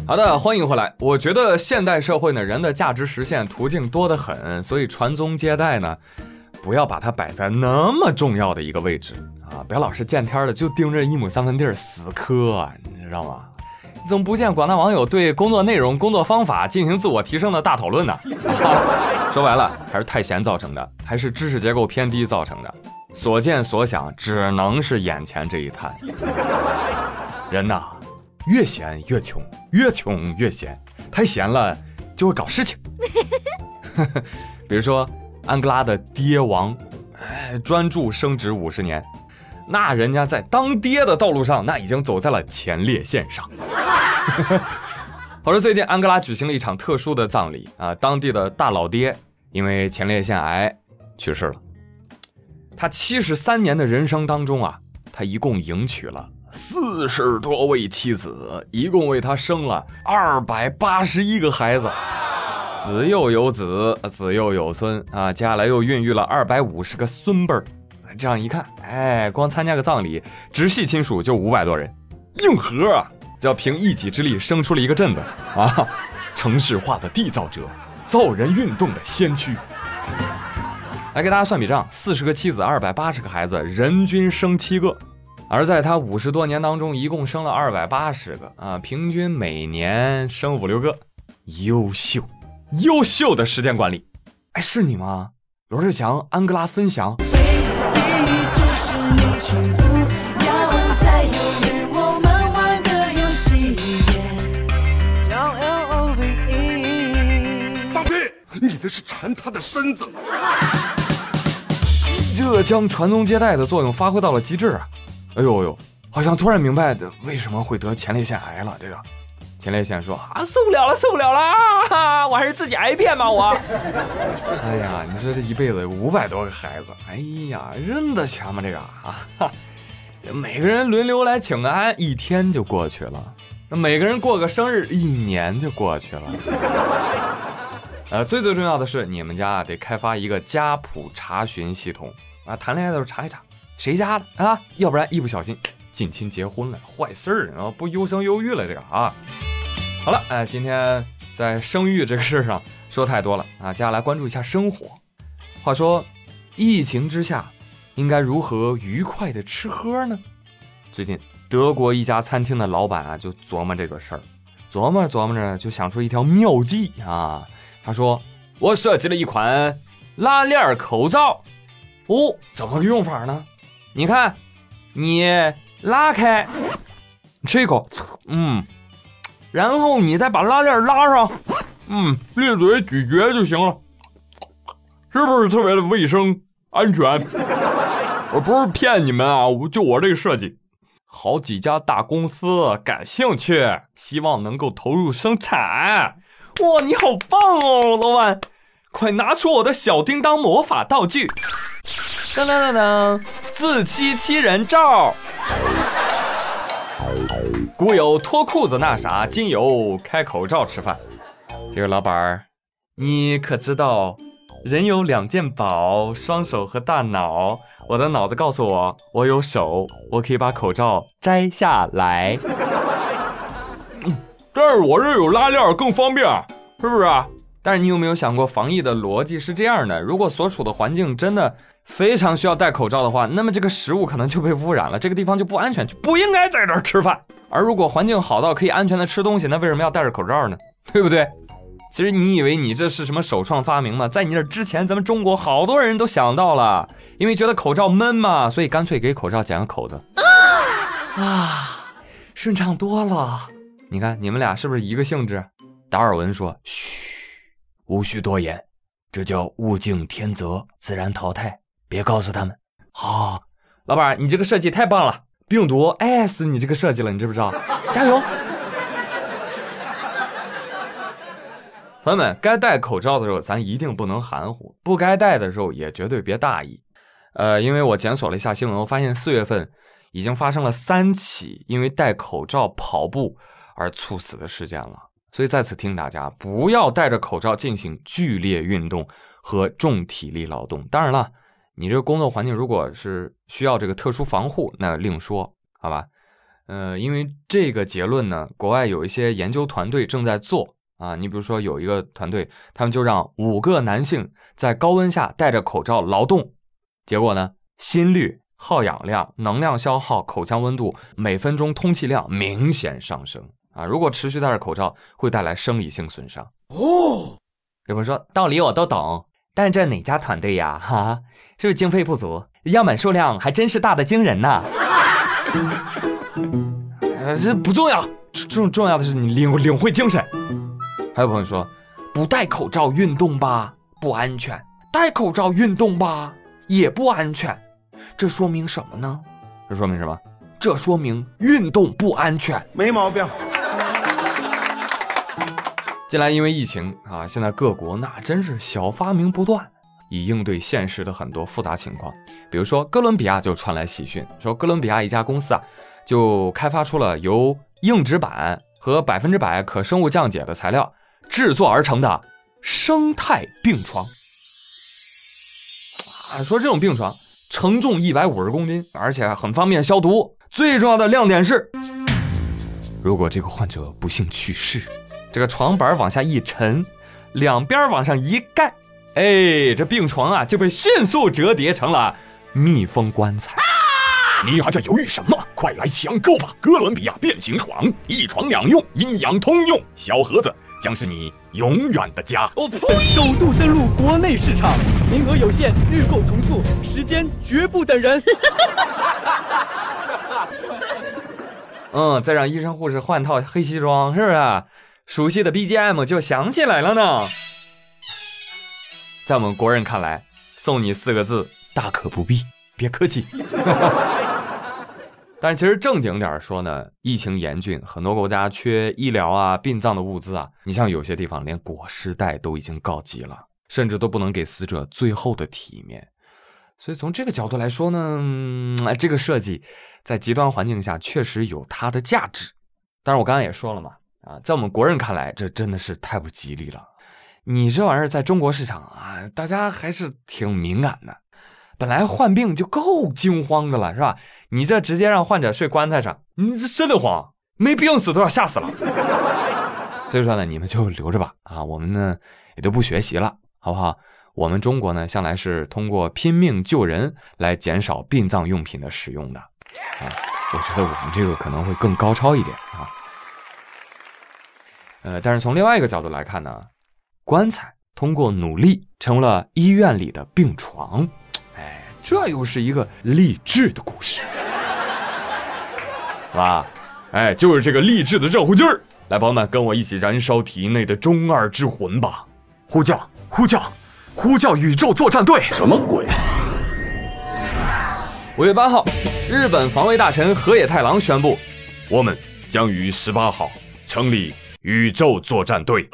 好的，欢迎回来。我觉得现代社会呢，人的价值实现途径多得很，所以传宗接代呢，不要把它摆在那么重要的一个位置啊！不要老是见天的就盯着一亩三分地死磕啊，你知道吗？你怎么不见广大网友对工作内容、工作方法进行自我提升的大讨论呢？说白了，还是太闲造成的，还是知识结构偏低造成的。所见所想只能是眼前这一摊。人呐，越闲越穷，越穷越闲，太闲了就会搞事情。比如说安哥拉的爹王，专注升职50年，那人家在当爹的道路上，那已经走在了前列线上。话说最近安哥拉举行了一场特殊的葬礼啊，当地的大老爹因为前列腺癌去世了。他73年的人生当中啊，他一共迎娶了40多位妻子，一共为他生了281个孩子，子又有子，子又有孙啊，接下来又孕育了250个孙辈儿。这样一看，光参加个葬礼，直系亲属就500多人，硬核啊！就要凭一己之力生出了一个镇子啊，城市化的缔造者，造人运动的先驱。来给大家算笔账，40个妻子，280个孩子，人均生7个。而在他50多年当中，一共生了280个啊，平均每年生5、6个，优秀的时间管理。是你吗？罗志祥，安哥拉分享。 大飞，你这是馋他的身子。 这将传宗接代的作用发挥到了极致啊！哎呦，好像突然明白为什么会得前列腺癌了。这个前列腺说受不了了，我还是自己挨骗吧我。哎呀，你说这一辈子有500多个孩子，哎呀，认得全吗这个啊？每个人轮流来请个安，1天就过去了；每个人过个生日，1年就过去了。最重要的是，你们家得开发一个家谱查询系统啊，谈恋爱的时候查一查谁家的啊，要不然一不小心近亲结婚了，坏事儿，然后不优生优育了这个啊。好了，今天在生育这个事上说太多了啊，接下来关注一下生活。话说，疫情之下应该如何愉快的吃喝呢？最近德国一家餐厅的老板啊，就琢磨这个事儿，琢磨着就想出一条妙计啊。他说：“我设计了一款拉链口罩。哦，怎么个用法呢？你看，你拉开，吃一口，然后你再把拉链拉上，咧嘴咀嚼就行了，是不是特别的卫生安全？我不是骗你们啊，就我这个设计，好几家大公司感兴趣，希望能够投入生产。哇，你好棒哦，老板！快拿出我的小叮当魔法道具，当当当当，自欺欺人罩。古有脱裤子那啥，今有开口罩吃饭。这位老板，你可知道人有2件宝，双手和大脑。我的脑子告诉我，我有手，我可以把口罩摘下来。但是我这有拉链更方便，是不是啊？但是你有没有想过，防疫的逻辑是这样的，如果所处的环境真的非常需要戴口罩的话，那么这个食物可能就被污染了，这个地方就不安全，就不应该在这儿吃饭。而如果环境好到可以安全的吃东西，那为什么要戴着口罩呢？对不对？其实你以为你这是什么首创发明吗？在你这之前，咱们中国好多人都想到了，因为觉得口罩闷嘛，所以干脆给口罩剪个口子顺畅多了。你看你们俩是不是一个性质？达尔文说，嘘，无需多言，这叫物竞天择，自然淘汰，别告诉他们。好，老板，你这个设计太棒了，病毒爱死你这个设计了，你知不知道？加油！朋友们，该戴口罩的时候咱一定不能含糊，不该戴的时候也绝对别大意。因为我检索了一下新闻，我发现4月份已经发生了3起因为戴口罩跑步而猝死的事件了。所以在此提醒大家，不要戴着口罩进行剧烈运动和重体力劳动。当然了，你这个工作环境如果是需要这个特殊防护，那另说，好吧？ 因为这个结论呢，国外有一些研究团队正在做啊。你比如说有一个团队，他们就让5个男性在高温下戴着口罩劳动，结果呢，心率、耗氧量、能量消耗、口腔温度、每分钟通气量明显上升啊。如果持续戴着口罩，会带来生理性损伤。有人说道理我都懂，但这哪家团队呀？哈，是不是经费不足？样本数量还真是大的惊人呐。这不重要，重要的是你领会精神。还有朋友说，不戴口罩运动吧不安全，戴口罩运动吧也不安全，这说明什么呢？这说明什么？这说明运动不安全。 没毛病。 近来因为疫情啊，现在各国那真是小发明不断，以应对现实的很多复杂情况。比如说哥伦比亚就传来喜讯，说哥伦比亚一家公司啊，就开发出了由硬纸板和100%可生物降解的材料制作而成的生态病床。说这种病床承重150公斤，而且很方便消毒。最重要的亮点是，如果这个患者不幸去世，这个床板往下一沉，两边往上一盖，这病床啊就被迅速折叠成了密封棺材。 你还在犹豫什么？快来抢购吧！哥伦比亚变形床，1床2用，阴阳通用，小盒子将是你永远的家。 首度登陆国内市场，名额有限，预购从速，时间绝不等人。 再让医生护士换套黑西装，是不是？熟悉的 BGM 就响起来了呢。在我们国人看来，送你4个字，大可不必，别客气。但是其实正经点说呢，疫情严峻，很多国家缺医疗啊、殡葬的物资啊。你像有些地方连裹尸袋都已经告急了，甚至都不能给死者最后的体面。所以从这个角度来说呢，这个设计在极端环境下确实有它的价值。但是我刚刚也说了嘛，在我们国人看来，这真的是太不吉利了。你这玩意儿在中国市场啊，大家还是挺敏感的。本来患病就够惊慌的了，是吧？你这直接让患者睡棺材上，你这真的慌，没病死都要吓死了。所以说呢，你们就留着吧啊，我们呢也都不学习了，好不好？我们中国呢向来是通过拼命救人来减少殡葬用品的使用的我觉得我们这个可能会更高超一点但是从另外一个角度来看呢，棺材通过努力成为了医院里的病床。这又是一个励志的故事，是吧？就是这个励志的热乎劲儿。来，朋友们，跟我一起燃烧体内的中二之魂吧！呼叫，呼叫，呼叫宇宙作战队！ 什么鬼 5月8号，日本防卫大臣河野太郎宣布， 我们将于18号成立宇宙作战队。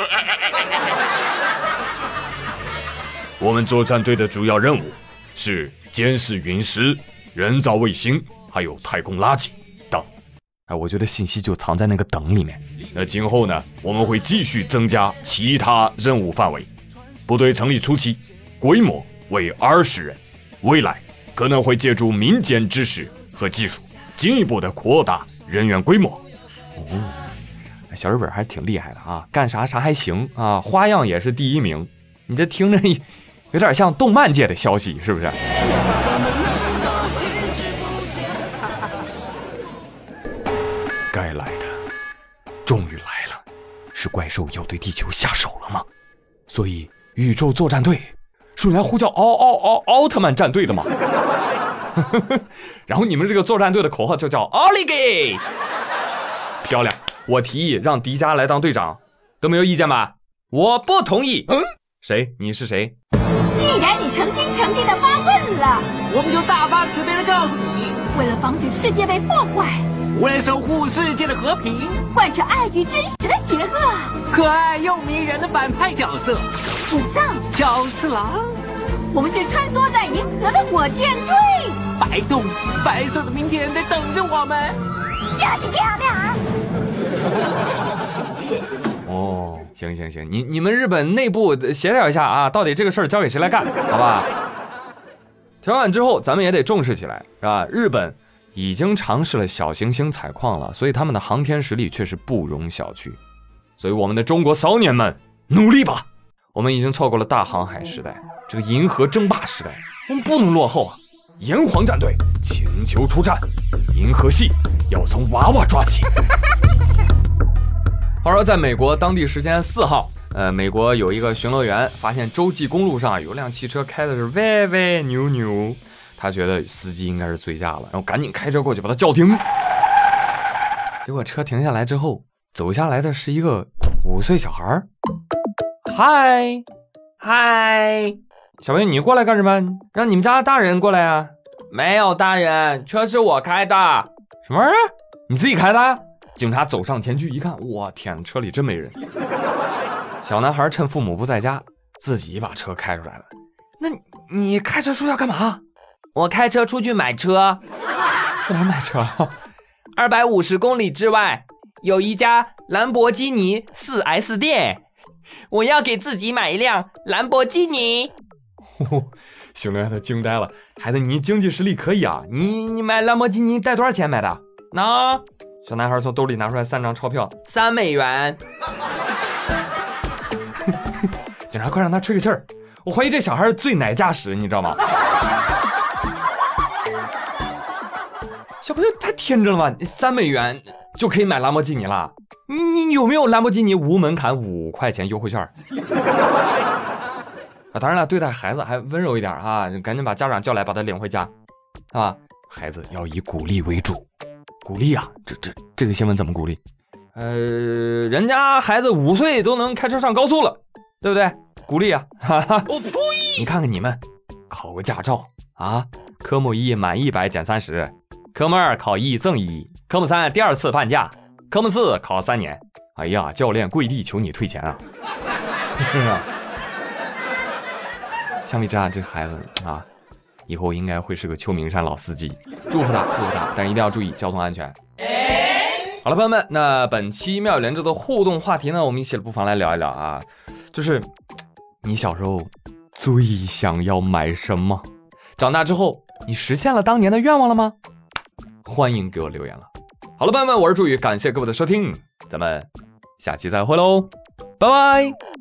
我们作战队的主要任务是监视陨石、人造卫星，还有太空垃圾等。 我觉得信息就藏在那个等里面。 那今后呢，我们会继续增加其他任务范围。部队成立初期，规模为20人，未来可能会借助民间知识和技术，进一步的扩大人员规模。 小日本还挺厉害的啊，干啥啥还行啊，花样也是第1名。你这听着有点像动漫界的消息，是不是？该来的终于来了，是怪兽要对地球下手了吗？所以宇宙作战队是用来呼叫奥特曼战队的吗？然后你们这个作战队的口号就叫奥利给，漂亮！我提议让迪迦来当队长，都没有意见吧？我不同意。谁？你是谁？ 既然你诚心诚意的发问了， 我们就大发慈悲的告诉你， 为了防止世界被破坏， 为了守护世界的和平， 贯彻爱与真实的邪恶， 可爱又迷人的反派角色武藏小次郎， 我们是穿梭在银河的火箭队， 白洞，白色的明天在等着我们， 就是漂亮。 行，你们日本内部协调一下啊，到底这个事儿交给谁来干，好吧？调完之后，咱们也得重视起来，是吧？日本已经尝试了小行星采矿了，所以他们的航天实力确实不容小觑。所以我们的中国少年们努力吧！我们已经错过了大航海时代，这个银河争霸时代，我们不能落后啊！炎黄战队请求出战，银河系要从娃娃抓起。话说在美国当地时间4号，美国有一个巡逻员发现洲际公路上有辆汽车开的是歪歪扭扭，他觉得司机应该是醉驾了，然后赶紧开车过去把他叫停。结果车停下来之后，走下来的是一个5岁小孩。嗨，小朋友，你过来干什么？让你们家大人过来啊！没有大人，车是我开的。什么玩意儿？你自己开的？警察走上前去一看，我天，车里真没人。小男孩趁父母不在家，自己把车开出来了。那你开车出去要干嘛？我开车出去买车。去哪儿买车？250公里之外有一家兰博基尼 4S 店，我要给自己买一辆兰博基尼。行了，他惊呆了。孩子，你经济实力可以啊，你买兰博基尼带多少钱买的？那小男孩从兜里拿出来3张钞票，3美元。警察快让他吹个气儿，我怀疑这小孩是醉奶驾驶，你知道吗？小朋友太天真了吧，3美元就可以买兰博基尼了？你有没有兰博基尼无门槛5块钱优惠券？当然了，对待孩子还温柔一点啊，赶紧把家长叫来，把他领回家啊。孩子要以鼓励为主，鼓励啊，这个新闻怎么鼓励？人家孩子5岁都能开车上高速了，对不对？鼓励啊！你看看你们，考个驾照啊，科目1满100减30，科目2考1赠1，科目3第2次半价，科目4考3年。哎呀，教练跪地求你退钱啊！相比之下，这孩子啊，以后应该会是个秋名山老司机。祝福他，但是一定要注意交通安全。好了，朋友们，那本期妙语连珠的互动话题呢，我们一起不妨来聊一聊啊，就是你小时候最想要买什么？长大之后你实现了当年的愿望了吗？欢迎给我留言了。好了，朋友们，我是朱宇，感谢各位的收听，咱们下期再会喽，拜拜。